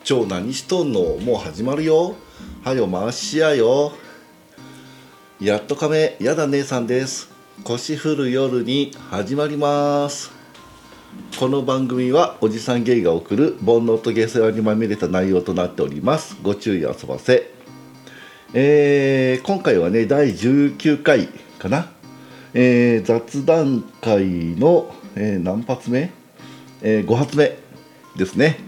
ちょ何しとんの、もう始まるよ。はよ回しやよ。やっとかめやだ姉さんです。腰振る夜に始まります。この番組はおじさんゲイが送る煩悩と下世話にまみれた内容となっております。ご注意あそばせ。今回はね第19回かな、雑談会の、何発目、5発目ですね。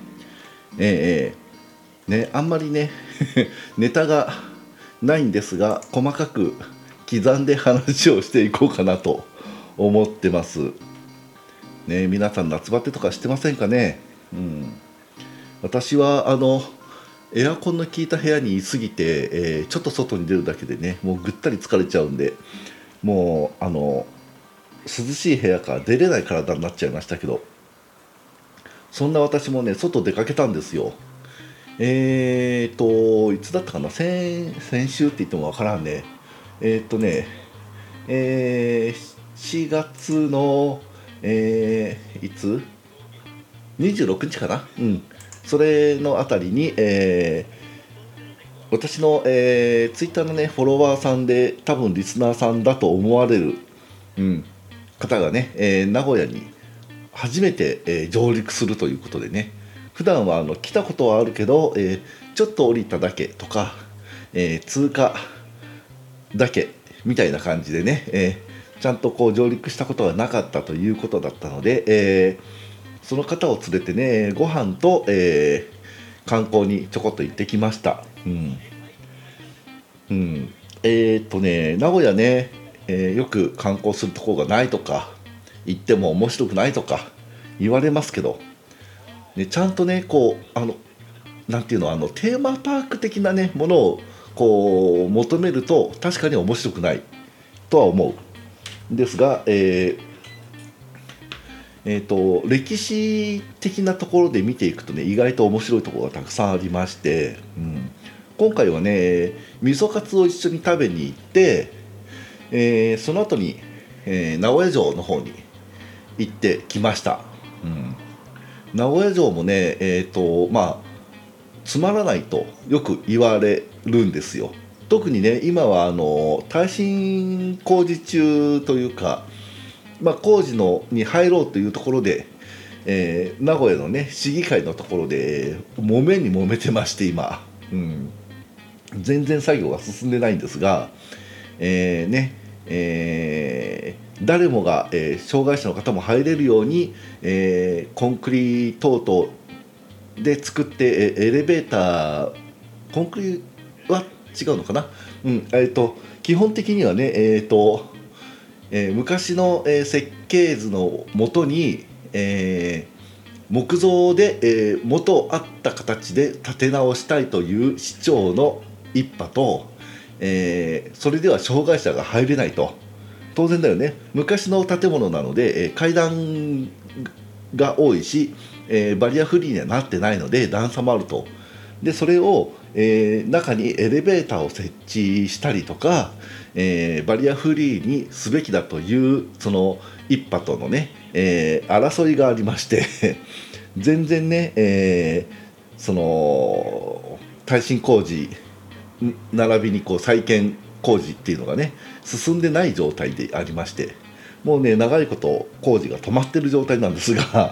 あんまりねネタがないんですが、細かく刻んで話をしていこうかなと思ってますね。皆さん夏バテとかしてませんかね。私はエアコンの効いた部屋にいすぎて、ちょっと外に出るだけでねもうぐったり疲れちゃうんで、もう涼しい部屋から出れない体になっちゃいましたけど、そんな私もね外出かけたんですよ。いつだったかな、先週って言ってもわからんね。7月の、いつ26日かな、それのあたりに、私の、ツイッターのねフォロワーさんで多分リスナーさんだと思われる、方がね、名古屋に初めて、上陸するということでね、普段は来たことはあるけど、ちょっと降りただけとか、通過だけみたいな感じでね、ちゃんとこう上陸したことがなかったということだったので、その方を連れてねご飯と、観光にちょこっと行ってきました。名古屋ね、よく観光するところがないとか、行っても面白くないとか言われますけど、ちゃんとねこうなんていうの、テーマパーク的なねものをこう求めると確かに面白くないとは思うんですが、歴史的なところで見ていくとね意外と面白いところがたくさんありまして、今回はね味噌カツを一緒に食べに行って、その後に、名古屋城の方に行ってきました。名古屋城もねつまらないとよく言われるんですよ。特にね今は耐震工事中というか、工事に入ろうというところで、名古屋のね市議会のところで揉めに揉めてまして今、全然作業が進んでないんですが、誰もが、障害者の方も入れるように、コンクリ等々で作って、エレベーター、コンクリは違うのかな、基本的にはね、昔の、設計図のもとに、木造で、元あった形で建て直したいという市長の一派と、それでは障害者が入れないと。当然だよね、昔の建物なので、階段が多いし、バリアフリーにはなってないので段差もあると。でそれを、中にエレベーターを設置したりとか、バリアフリーにすべきだというその一派とのね、争いがありまして全然ね、その耐震工事並びにこう再建工事っていうのがね進んでない状態でありまして、もうね長いこと工事が止まってる状態なんですが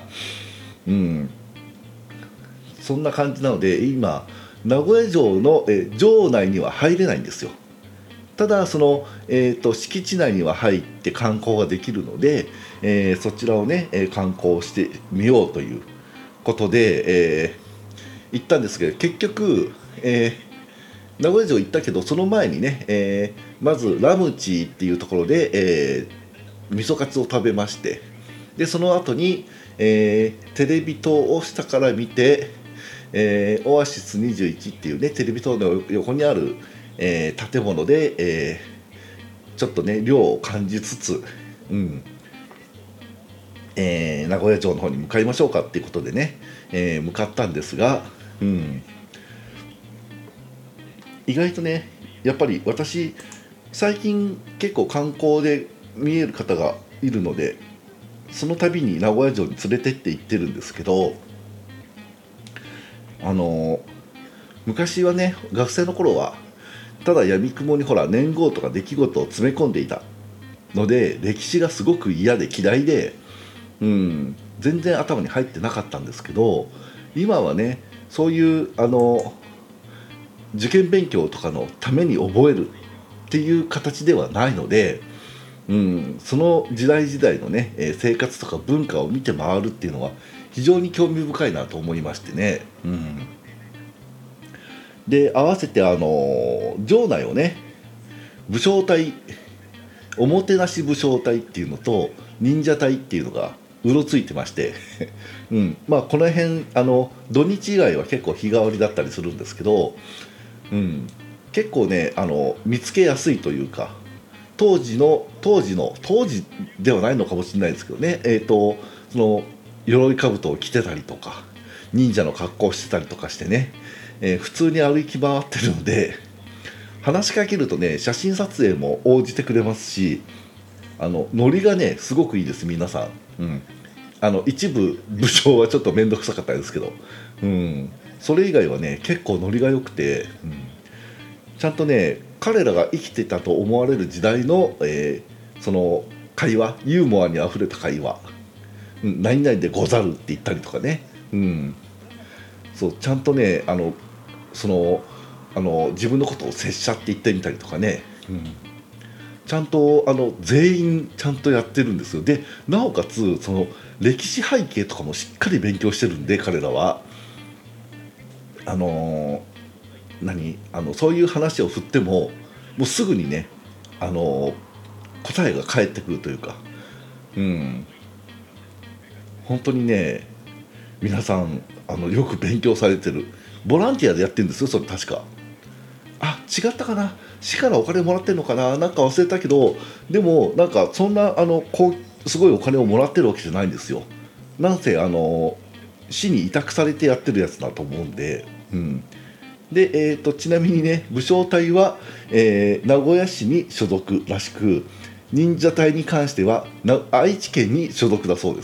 そんな感じなので今名古屋城の、城内には入れないんですよ。ただその、敷地内には入って観光ができるので、そちらをね、観光してみようということで、行ったんですけど、結局、名古屋城行ったけどその前にね、まずラムチっていうところで、味噌カツを食べまして、でその後に、テレビ塔を下から見て、オアシス21っていうねテレビ塔の横にある、建物で、ちょっとね涼を感じつつ、名古屋城の方に向かいましょうかっていうことでね、向かったんですが、意外とねやっぱり私最近結構観光で見える方がいるので、その度に名古屋城に連れてって行ってるんですけど、 あの昔はね、学生の頃はただ闇雲にほら年号とか出来事を詰め込んでいたので、歴史がすごく嫌で嫌いで、全然頭に入ってなかったんですけど、今はね、そういう受験勉強とかのために覚えるっていう形ではないので、その時代時代のね、生活とか文化を見て回るっていうのは非常に興味深いなと思いましてね。で合わせて城内をね、武将隊、おもてなし武将隊っていうのと忍者隊っていうのがうろついてまして、まあこの辺土日以外は結構日替わりだったりするんですけど、結構ね見つけやすいというか、当時ではないのかもしれないですけどね、その鎧兜を着てたりとか忍者の格好をしてたりとかしてね、普通に歩き回ってるので、話しかけるとね写真撮影も応じてくれますし、ノリがねすごくいいです皆さん。一部武将はちょっと面倒くさかったですけど、それ以外はね結構ノリが良くて、ちゃんとね彼らが生きてたと思われる時代の、その会話、ユーモアにあふれた会話、何々でござるって言ったりとかね、そうちゃんとね自分のことを拙者って言ってみたりとかね、ちゃんと全員ちゃんとやってるんですよ。でなおかつその歴史背景とかもしっかり勉強してるんで、彼らはそういう話を振ってももうすぐにね答えが返ってくるというか、本当にね皆さんよく勉強されてる。ボランティアでやってるんですよ、それ確か。違ったかな、市からお金もらってるのかな、なんか忘れたけど、でもなんかそんなすごいお金をもらってるわけじゃないんですよ。なんせ市に委託されてやってるやつだと思うんで、で、ちなみにね武将隊は、名古屋市に所属らしく、忍者隊に関しては愛知県に所属だそうです。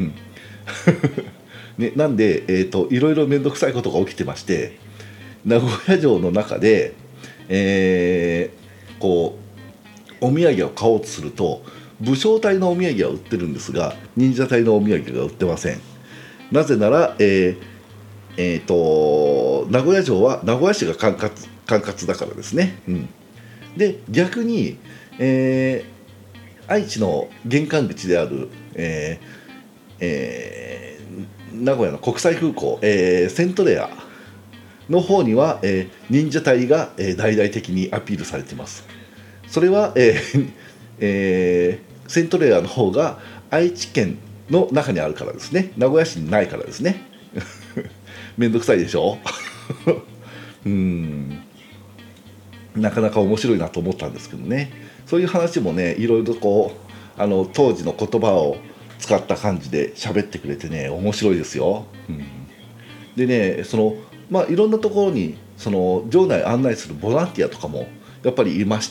なんで、いろいろ面倒くさいことが起きてまして、名古屋城の中で、お土産を買おうとすると武将隊のお土産は売ってるんですが忍者隊のお土産が売ってません。なぜなら、名古屋城は名古屋市が管轄だからですね。で逆に、愛知の玄関口である、名古屋の国際空港、セントレアの方には、忍者隊が、大々的にアピールされています。それは、セントレアの方が愛知県の中にあるからですね。名古屋市にないからですね。めんどくさいでしょなかなか面白いなと思ったんですけどね。そういう話もねいろいろ当時の言葉を使った感じで喋ってくれてね面白いですよ。でねいろんなところに城内案内するボランティアとかもやっぱりいまして、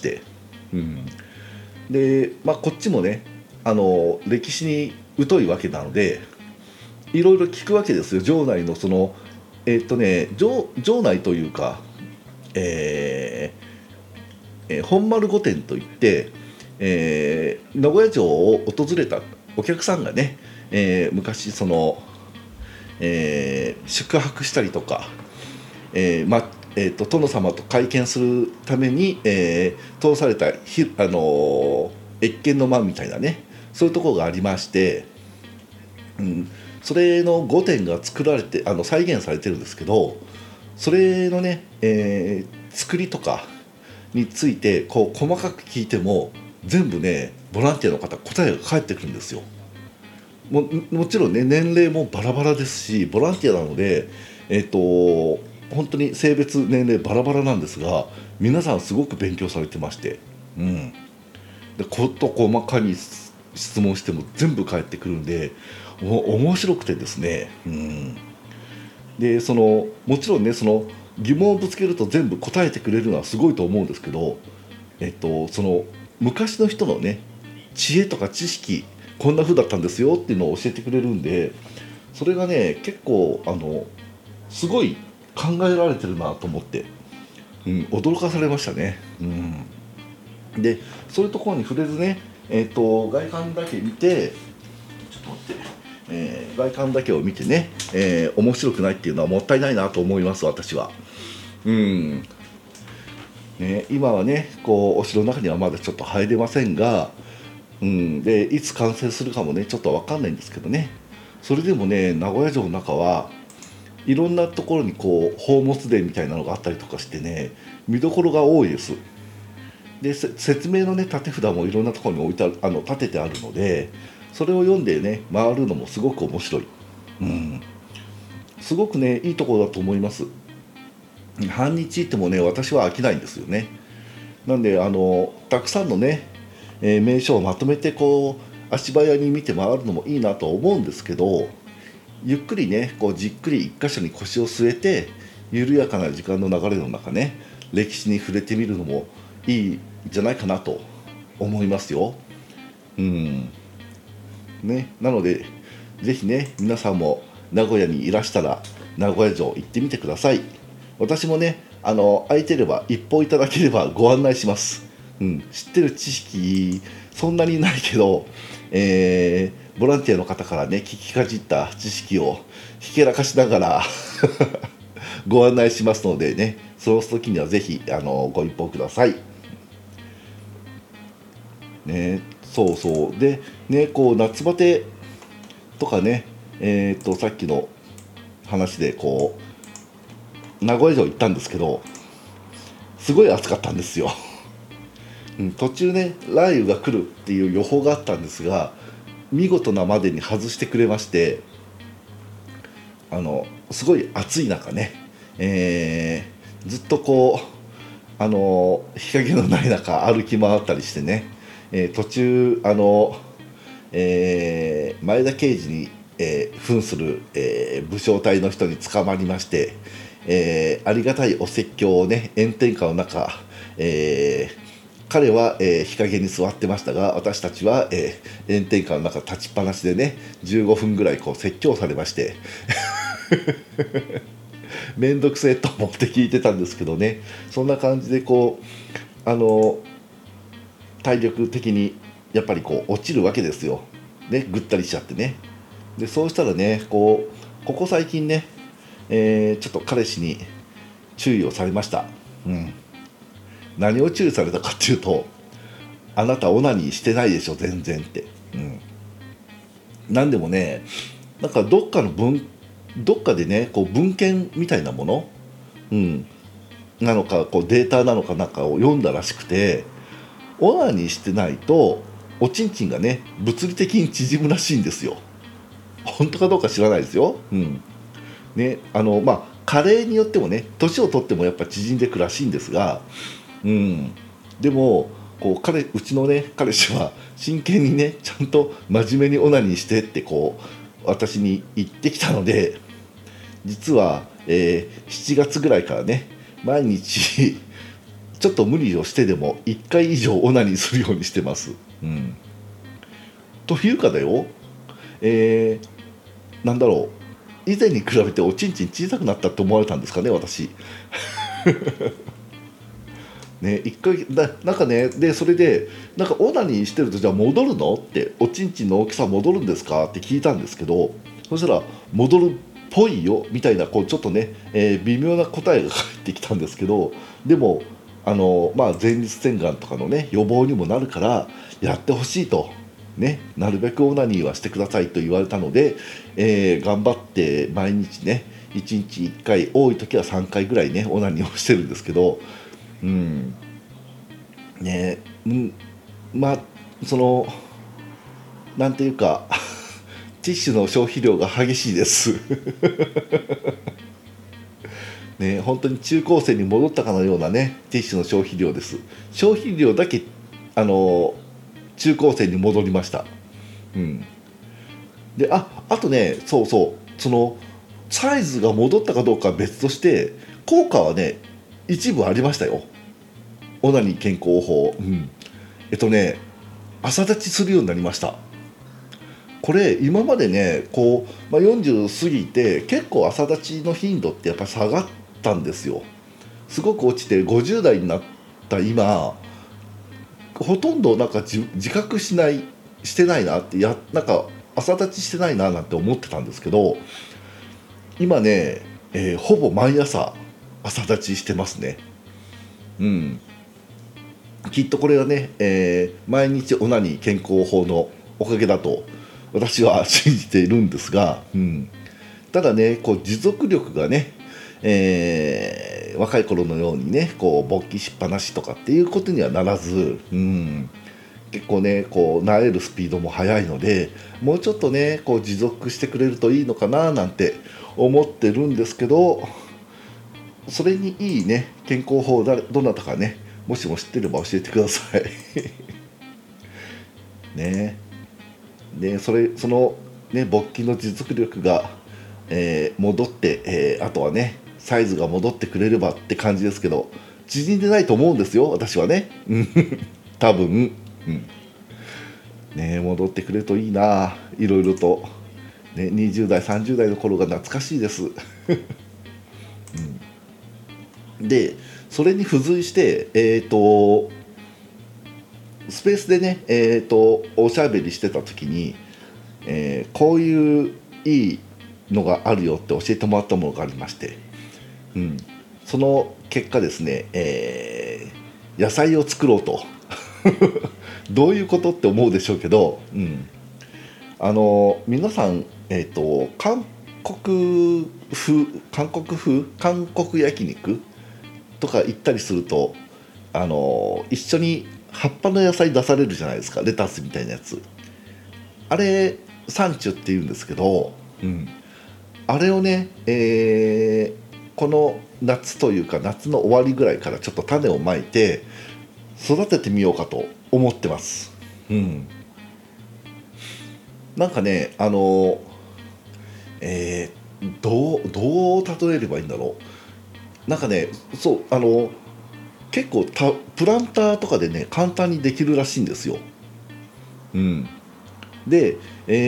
で、こっちもね歴史に疎いわけなのでいろいろ聞くわけですよ。城内の城内というか、本丸御殿といって、名古屋城を訪れたお客さんがね、昔宿泊したりとか、殿様と会見するために、通された謁見の間みたいなね、そういうところがありまして、それの御殿が作られて再現されてるんですけど、それのね、作りとかについて細かく聞いても全部ねボランティアの方答えが返ってくるんですよ。もちろんね年齢もバラバラですし、ボランティアなので本当に性別年齢バラバラなんですが、皆さんすごく勉強されてまして、で事細かに質問しても全部返ってくるんで面白くてですね、でもちろんね疑問をぶつけると全部答えてくれるのはすごいと思うんですけど、昔の人のね知恵とか知識こんな風だったんですよっていうのを教えてくれるんで、それがね結構すごい考えられてるなと思って、驚かされましたね。でそういうところに触れずね、外観だけ見て、ちょっと待って、外観だけを見てね、面白くないっていうのはもったいないなと思います、私は。今はねこうお城の中にはまだちょっと入れませんが、でいつ完成するかもねちょっと分かんないんですけどね、それでもね名古屋城の中はいろんなところにこう宝物殿みたいなのがあったりとかしてね、見どころが多いです。で説明のね立て札もいろんなところに置いて立ててあるので、それを読んでね回るのもすごく面白い。すごくねいいところだと思います。半日行ってもね私は飽きないんですよね。なんでたくさんのね、名所をまとめてこう足早に見て回るのもいいなと思うんですけど、ゆっくりねこうじっくり一箇所に腰を据えて緩やかな時間の流れの中ね歴史に触れてみるのもいいんじゃないかなと思いますよ。なのでぜひね皆さんも名古屋にいらしたら名古屋城行ってみてください。私もね空いてれば一報いただければご案内します。知ってる知識そんなにないけど、ボランティアの方からね聞きかじった知識をひけらかしながらご案内しますのでね、その時にはぜひご一報ください。そうそうでねこう夏バテとかねさっきの話でこう名古屋城行ったんですけどすごい暑かったんですよ。途中ね雷雨が来るっていう予報があったんですが見事なまでに外してくれまして、すごい暑い中ね、ずっとこう日陰のない中歩き回ったりしてね、途中前田慶次に、扮する、武将隊の人に捕まりまして、ありがたいお説教をね炎天下の中、彼は、日陰に座ってましたが私たちは、炎天下の中立ちっぱなしでね15分ぐらいこう説教されまして面倒くせえと思って聞いてたんですけどね、そんな感じでこう体力的にやっぱりこう落ちるわけですよ、ぐったりしちゃってね。でそうしたらねここ最近ね、ちょっと彼氏に注意をされました。何を注意されたかっていうと、あなたオナニーしてないでしょ全然って。何でもねなんかどっかでねこう文献みたいなもの、なのかこうデータなのかなんかを読んだらしくて、オナニーしてないとおちんちんがね物理的に縮むらしいんですよ。本当かどうか知らないですよ。加齢によってもね年を取ってもやっぱ縮んでくらしいんですが、でもこううちのね彼氏は真剣にねちゃんと真面目にオナニーしてってこう私に言ってきたので、実は、7月ぐらいからね毎日ちょっと無理をしてでも1回以上オナニーするようにしてます。というかだよ、なんだろう、以前に比べておちんちん小さくなったって思われたんですかね私ね、一回なんかねでそれでなんかオナニーしてるとじゃあ戻るのっておちんちんの大きさ戻るんですかって聞いたんですけど、そしたら戻るっぽいよみたいなこうちょっとね、微妙な答えが返ってきたんですけど、でも前立腺がんとかのね予防にもなるからやってほしいと。なるべくオナニーはしてくださいと言われたので、頑張って毎日ね1日1回多い時は3回ぐらいねオナニーをしてるんですけど、そのなんていうかティッシュの消費量が激しいです本当に中高生に戻ったかのようなねティッシュの消費量です。消費量だけ中高生に戻りました。であとねそのサイズが戻ったかどうかは別として効果はね一部ありましたよ。オナニー健康法、朝立ちするようになりました。 これ今までね40過ぎて結構朝立ちの頻度ってやっぱ下がったんですよ。すごく落ちて50代になった今ほとんどなんか自覚してないなってなんか朝立ちしてないななんて思ってたんですけど、今ね、ほぼ毎朝朝立ちしてますね。うん。きっとこれはね、毎日オナニー健康法のおかげだと私は信じているんですが、ただね持続力がね、若い頃のようにね勃起しっぱなしとかっていうことにはならず、結構ね慣れるスピードも速いので、もうちょっとね持続してくれるといいのかななんて思ってるんですけど、それにいいね健康法どなたかねもしも知ってれば教えてくださいね。でそのね勃起の持続力が、戻って、あとはねサイズが戻ってくれればって感じですけど、縮んでないと思うんですよ私はね多分、ね、戻ってくれるといいな。いろいろと、ね、20代30代の頃が懐かしいです、でそれに付随してスペースでねおしゃべりしてた時に、こういういいのがあるよって教えてもらったものがありまして、その結果ですね、野菜を作ろうとどういうことって思うでしょうけど、皆さん、韓国焼肉とか行ったりすると、一緒に葉っぱの野菜出されるじゃないですか、レタスみたいなやつ。あれサンチュって言うんですけど、あれをね、この夏というか夏の終わりぐらいからちょっと種をまいて育ててみようかと思ってます。なんかねどう例えればいいんだろう。なんかねそう結構プランターとかでね簡単にできるらしいんですよ。で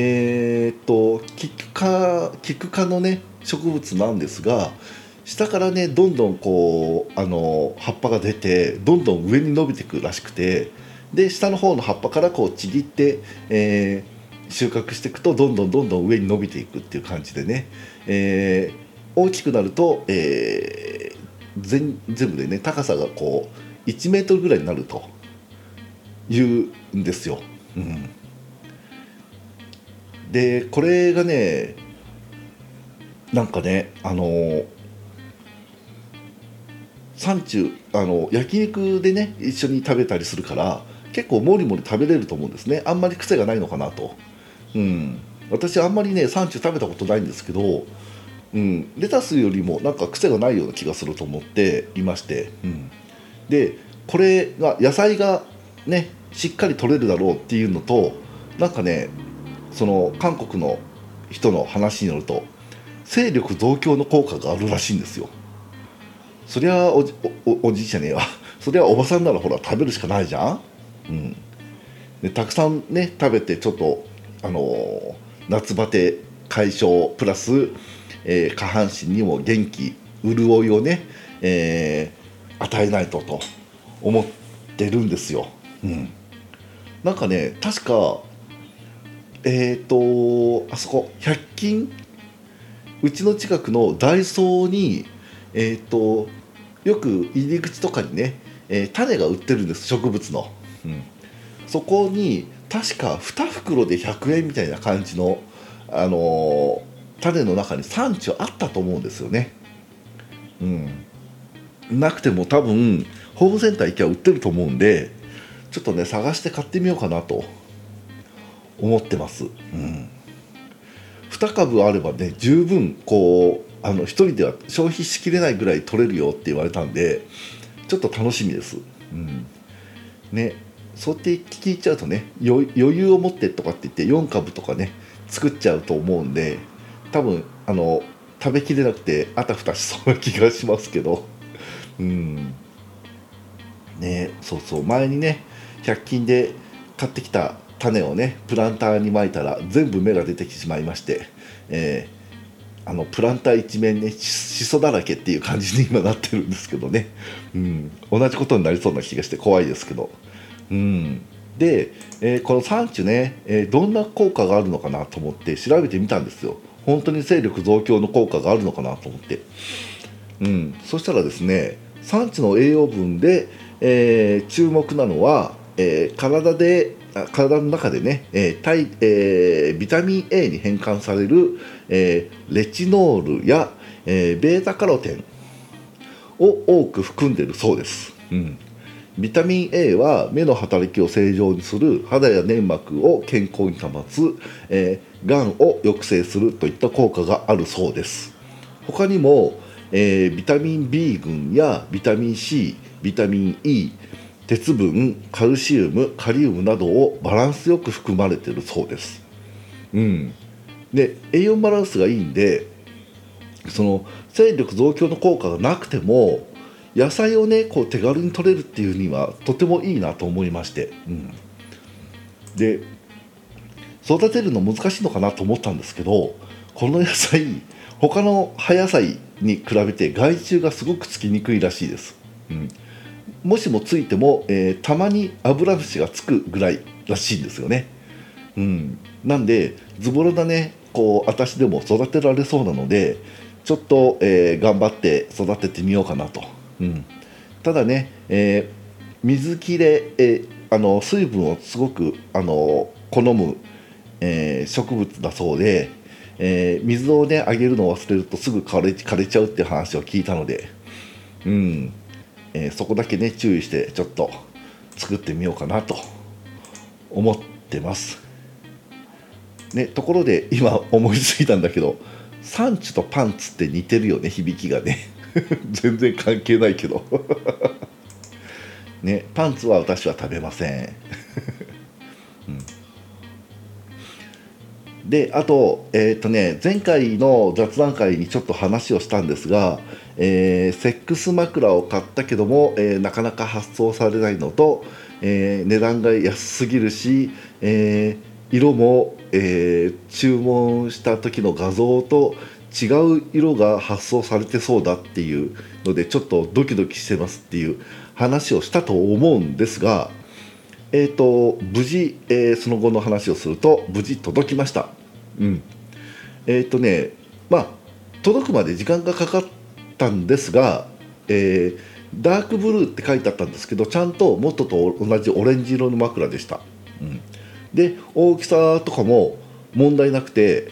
キク科のね植物なんですが、下からねどんどん葉っぱが出てどんどん上に伸びていくらしくて、で下の方の葉っぱからちぎって、収穫していくとどんどんどんどん上に伸びていくっていう感じでね、大きくなると、全部でね高さが1メートルぐらいになるというんですよ。でこれがねなんかね産地焼肉でね一緒に食べたりするから結構もりもり食べれると思うんですね。あんまり癖がないのかなと。私あんまりね産地食べたことないんですけど、レタスよりもなんか癖がないような気がすると思っていまして、でこれが野菜がねしっかり取れるだろうっていうのと、なんかねその韓国の人の話によると勢力増強の効果があるらしいんですよ。そりゃおじいちゃねえわそりゃおばさんならほら食べるしかないじゃん。でたくさんね食べてちょっと夏バテ解消プラス、下半身にも元気潤いをね、与えないと思ってるんですよ。なんかね確かあそこ100均、うちの近くのダイソーによく入り口とかにね、種が売ってるんです、植物の。そこに確か2袋で100円みたいな感じの、種の中に産地あったと思うんですよね。なくても多分ホームセンター行けば売ってると思うんで、ちょっとね探して買ってみようかなと思ってます。2株あればね十分1人では消費しきれないぐらい取れるよって言われたんで、ちょっと楽しみです。ね、そうやって聞いちゃうとね余裕を持ってとかって言って4株とかね作っちゃうと思うんで、多分食べきれなくてあたふたしそうな気がしますけど、ね、そうそう前にね100均で買ってきた種をねプランターにまいたら全部芽が出てきてしまいまして、プランター一面ねしそだらけっていう感じに今なってるんですけどね、同じことになりそうな気がして怖いですけど、で、このサンチュね、どんな効果があるのかなと思って調べてみたんですよ。本当に勢力増強の効果があるのかなと思って、そしたらですね、サンチュの栄養分で、注目なのは、体の中でね、ビタミン A に変換される、レチノールや、ベータカロテンを多く含んでいるそうです。ビタミン A は目の働きを正常にする、肌や粘膜を健康に保つ、がんを抑制するといった効果があるそうです。他にも、ビタミン B 群やビタミン C、ビタミン E、鉄分、カルシウム、カリウムなどをバランスよく含まれているそうです。で栄養バランスがいいんで、その勢力増強の効果がなくても野菜をねこう手軽に取れるっていうにはとてもいいなと思いまして、で育てるの難しいのかなと思ったんですけど、この野菜他の葉野菜に比べて害虫がすごくつきにくいらしいです。もしもついても、たまにアブラムシがつくぐらいらしいんですよね。なんでズボラなねこう私でも育てられそうなのでちょっと、頑張って育ててみようかなと。ただね、水切れ、水分をすごく好む、植物だそうで、水をねあげるのを忘れるとすぐ枯れちゃうっていう話を聞いたので、そこだけね注意してちょっと作ってみようかなと思ってます。ところで今思いついたんだけど、サンチュとパンツって似てるよね、響きがね全然関係ないけどパンツは私は食べませんであと前回の雑談会にちょっと話をしたんですが、セックス枕を買ったけども、なかなか発送されないのと、値段が安すぎるし、色も、注文した時の画像と違う色が発送されてそうだっていうのでちょっとドキドキしてますっていう話をしたと思うんですが、無事、その後の話をすると無事届きました。届くまで時間がかかったんですが、ダークブルーって書いてあったんですけどちゃんと元と同じオレンジ色の枕でした。で大きさとかも問題なくて、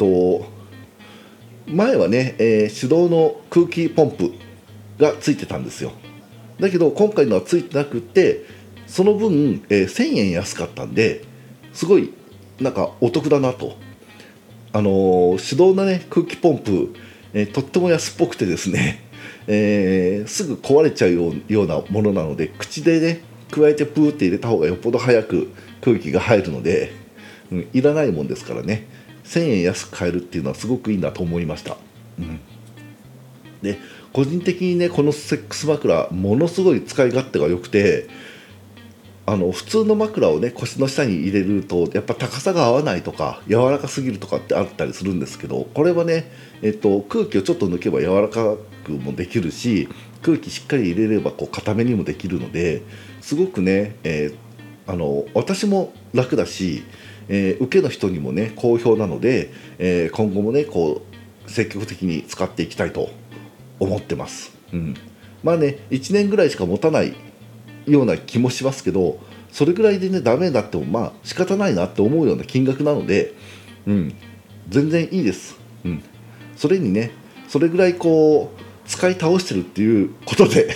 前はね、手動の空気ポンプがついてたんですよ。だけど今回のはついてなくってその分、1000円安かったんですごいなんかお得だなと。手動のね空気ポンプ、とっても安っぽくてですね、すぐ壊れちゃうようなものなので口でね加えてプーって入れた方がよっぽど早く空気が入るので、いらないもんですからね1000円安く買えるっていうのはすごくいいなと思いました。で個人的にねこのセックス枕ものすごい使い勝手が良くて、普通の枕をね腰の下に入れるとやっぱ高さが合わないとか柔らかすぎるとかってあったりするんですけど、これはね、空気をちょっと抜けば柔らかくもできるし空気しっかり入れればこう固めにもできるのですごくね、私も楽だし、受けの人にもね好評なので、今後もねこう積極的に使っていきたいと思ってます。まあね1年ぐらいしか持たないような気もしますけど、それぐらいでねダメになってもまあ仕方ないなって思うような金額なので、全然いいです。それにねそれぐらいこう使い倒してるっていうことで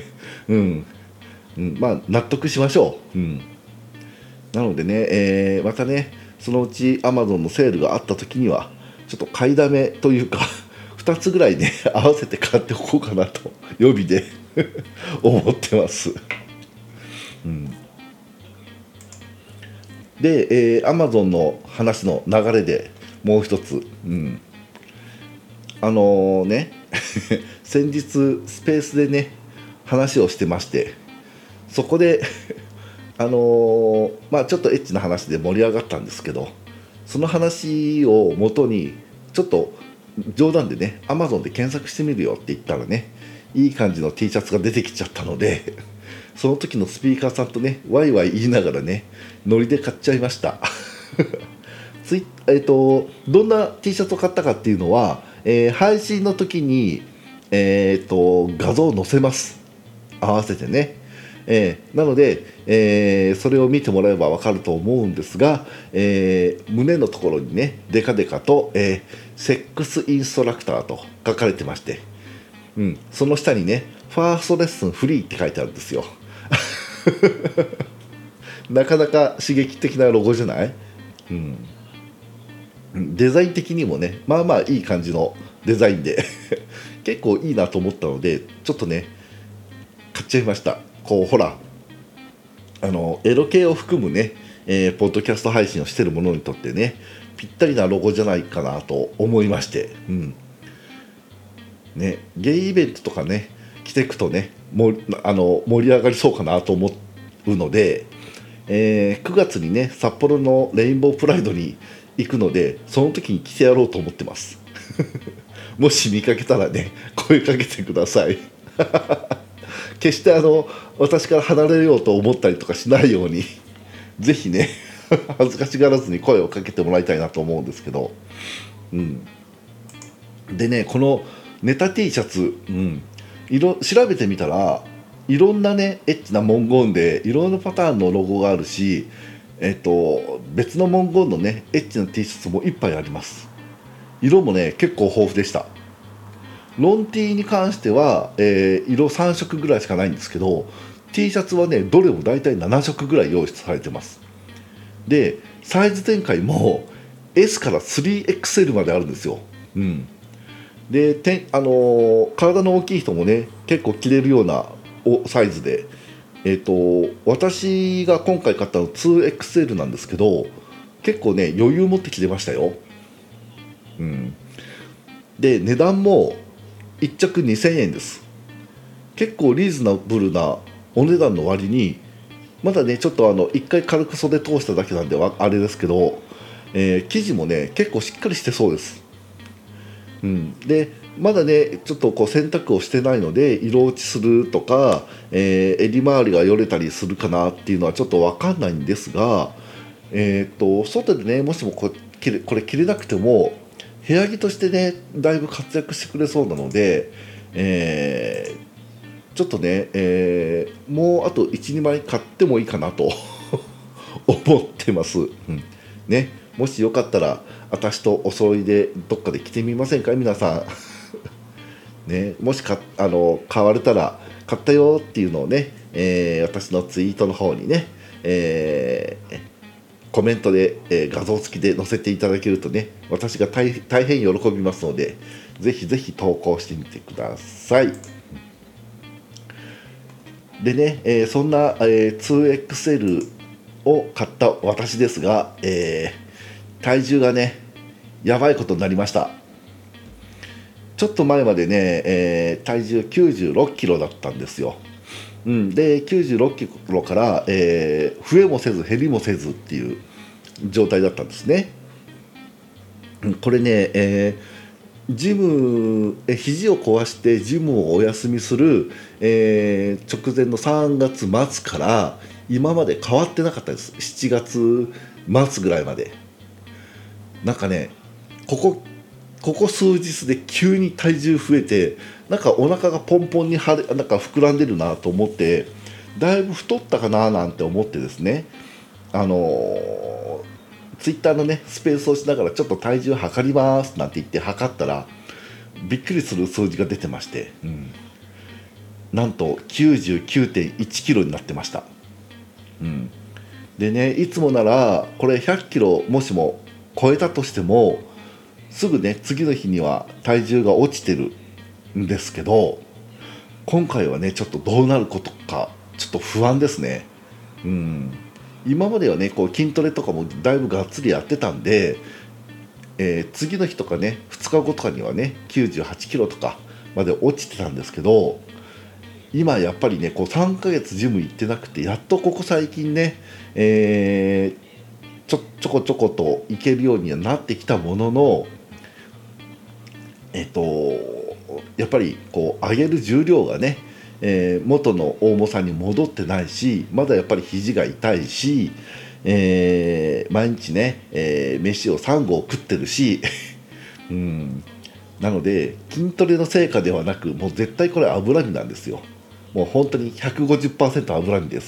まあ納得しましょう。なのでね、またねそのうち Amazon のセールがあった時にはちょっと買いだめというか2つぐらいね合わせて買っておこうかなと予備で思ってます。で、Amazon の話の流れでもう一つ、先日スペースでね話をしてまして、そこでちょっとエッチな話で盛り上がったんですけど、その話をもとにちょっと冗談でね Amazon で検索してみるよって言ったらね、いい感じの T シャツが出てきちゃったのでその時のスピーカーさんとねワイワイ言いながらねノリで買っちゃいましたどんな T シャツを買ったかっていうのは、配信の時に、画像を載せます、合わせてね。なので、それを見てもらえば分かると思うんですが、胸のところにねデカデカと、セックスインストラクターと書かれてまして、その下にねファーストレッスンフリーって書いてあるんですよなかなか刺激的なロゴじゃない、デザイン的にもねまあまあいい感じのデザインで結構いいなと思ったのでちょっとね買っちゃいました。こうほらエロ系を含むね、ポッドキャスト配信をしている者にとってねぴったりなロゴじゃないかなと思いまして、ゲイイベントとかね着ていくとね盛り上がりそうかなと思うので、9月にね札幌のレインボープライドに行くのでその時に着てやろうと思ってますもし見かけたらね声かけてください決して私から離れようと思ったりとかしないようにぜひね恥ずかしがらずに声をかけてもらいたいなと思うんですけど、でねこのネタ T シャツ、調べてみたらいろんなねエッチな文言でいろんなパターンのロゴがあるし、別の文言のねエッチな T シャツもいっぱいあります。色もね結構豊富でした。ロン T に関しては、色3色ぐらいしかないんですけど T シャツはねどれも大体7色ぐらい用意されてます。でサイズ展開も S から 3XL まであるんですよ。で体の大きい人もね結構着れるようなサイズで、私が今回買ったの 2XL なんですけど結構ね余裕持って着れましたよ。で値段も1着2000円です。結構リーズナブルなお値段の割にまだねちょっと1回軽く袖通しただけなんであれですけど、生地もね結構しっかりしてそうです。でまだねちょっとこう洗濯をしてないので色落ちするとか、襟周りがよれたりするかなっていうのはちょっと分かんないんですが、外でねもしもこれ着れなくても部屋着としてねだいぶ活躍してくれそうなので、ちょっとね、もうあと 1,2 枚買ってもいいかなと思ってます、ね、もしよかったら私とお揃いでどっかで着てみませんか皆さんね、もし買われたら買ったよっていうのをね、私のツイートの方にね、コメントで、画像付きで載せていただけるとね私が大変喜びますのでぜひぜひ投稿してみてください。でね、そんな、2XL を買った私ですが、体重がねやばいことになりました。ちょっと前までね、体重96キロだったんですよ。で96キロから、増えもせず減りもせずっていう状態だったんですね。これね、ジム肘を壊してジムをお休みする、直前の3月末から今まで変わってなかったです。7月末ぐらいまでなんかねここ数日で急に体重増えてなんかお腹がポンポンになんか膨らんでるなと思ってだいぶ太ったかななんて思ってですね、ツイッターのねスペースをしながらちょっと体重測りますなんて言って測ったらびっくりする数字が出てまして、なんと 99.1 キロになってました。でねいつもならこれ100キロもしも超えたとしてもすぐね次の日には体重が落ちてるんですけど今回はねちょっとどうなることかちょっと不安ですね。今まではねこう筋トレとかもだいぶがっつりやってたんで、次の日とかね2日後とかにはね98キロとかまで落ちてたんですけど今やっぱりねこう3ヶ月ジム行ってなくて、やっとここ最近ね、ちょこちょこと行けるようにはなってきたものの、やっぱりこう上げる重量がね、元の重さに戻ってないし、まだやっぱり肘が痛いし、毎日ね、飯を3合食ってるしなので筋トレの成果ではなく、もう絶対これ脂身なんですよ。もう本当に 150% 脂身です。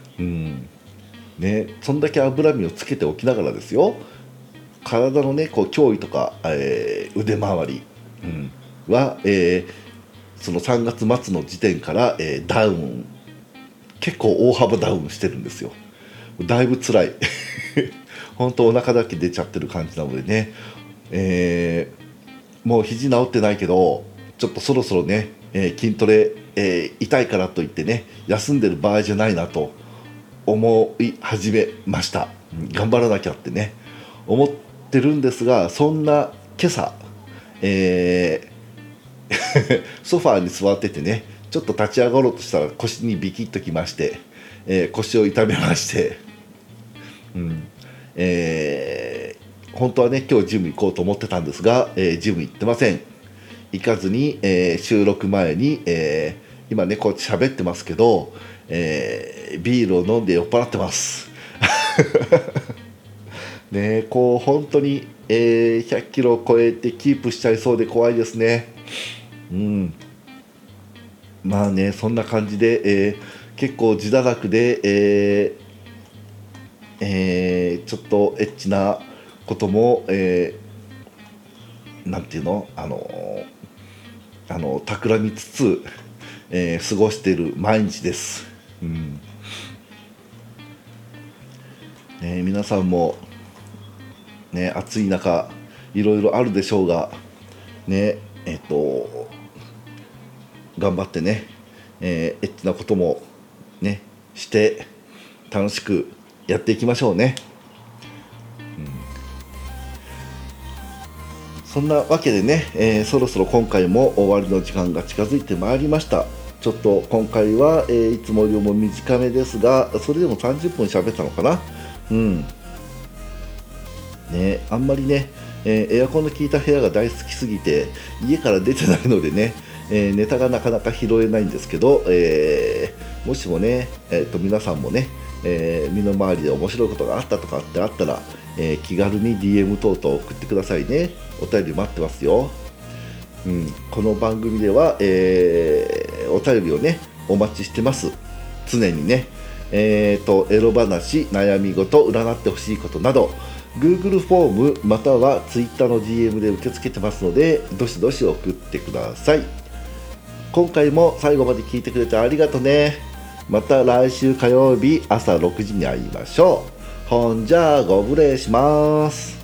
ね、そんだけ脂身をつけておきながらですよ、体のねこう胸囲とか、腕周り、は、その3月末の時点から、ダウン、結構大幅ダウンしてるんですよ。だいぶ辛い本当お腹だけ出ちゃってる感じなのでね、もう肘治ってないけどちょっとそろそろね、筋トレ、痛いからといってね休んでる場合じゃないなと思い始めました。頑張らなきゃってね思ってるんですが、そんな今朝、ソファーに座っててね、ちょっと立ち上がろうとしたら腰にビキッときまして、腰を痛めまして、本当はね今日ジム行こうと思ってたんですが、ジム行ってません。行かずに、収録前に、今ねこうやって喋ってますけど、ビールを飲んで酔っ払ってますね、こう本当に、100キロを超えてキープしちゃいそうで怖いですね。まあねそんな感じで、結構自堕落で、ちょっとエッチなことも、なんていうの企みつつ、過ごしている毎日です。皆さんもね暑い中いろいろあるでしょうがね、頑張ってね、エッチなこともねして楽しくやっていきましょうね。そんなわけでね、そろそろ今回も終わりの時間が近づいてまいりました。ちょっと今回は、いつもよりも短めですが、それでも30分喋ったのかな。あんまりね、エアコンの効いた部屋が大好きすぎて家から出てないのでね、ネタがなかなか拾えないんですけど、もしもね、皆さんもね、身の回りで面白いことがあったとかってあったら、気軽に DM 等々送ってくださいね。お便り待ってますよ。この番組では、お便りをねお待ちしてます。常にね、エロ話、悩み事、占ってほしいことなど Google フォームまたは Twitter の DM で受け付けてますので、どしどし送ってください。今回も最後まで聞いてくれてありがとね。また来週火曜日朝6時に会いましょう。ほんじゃあご無礼します。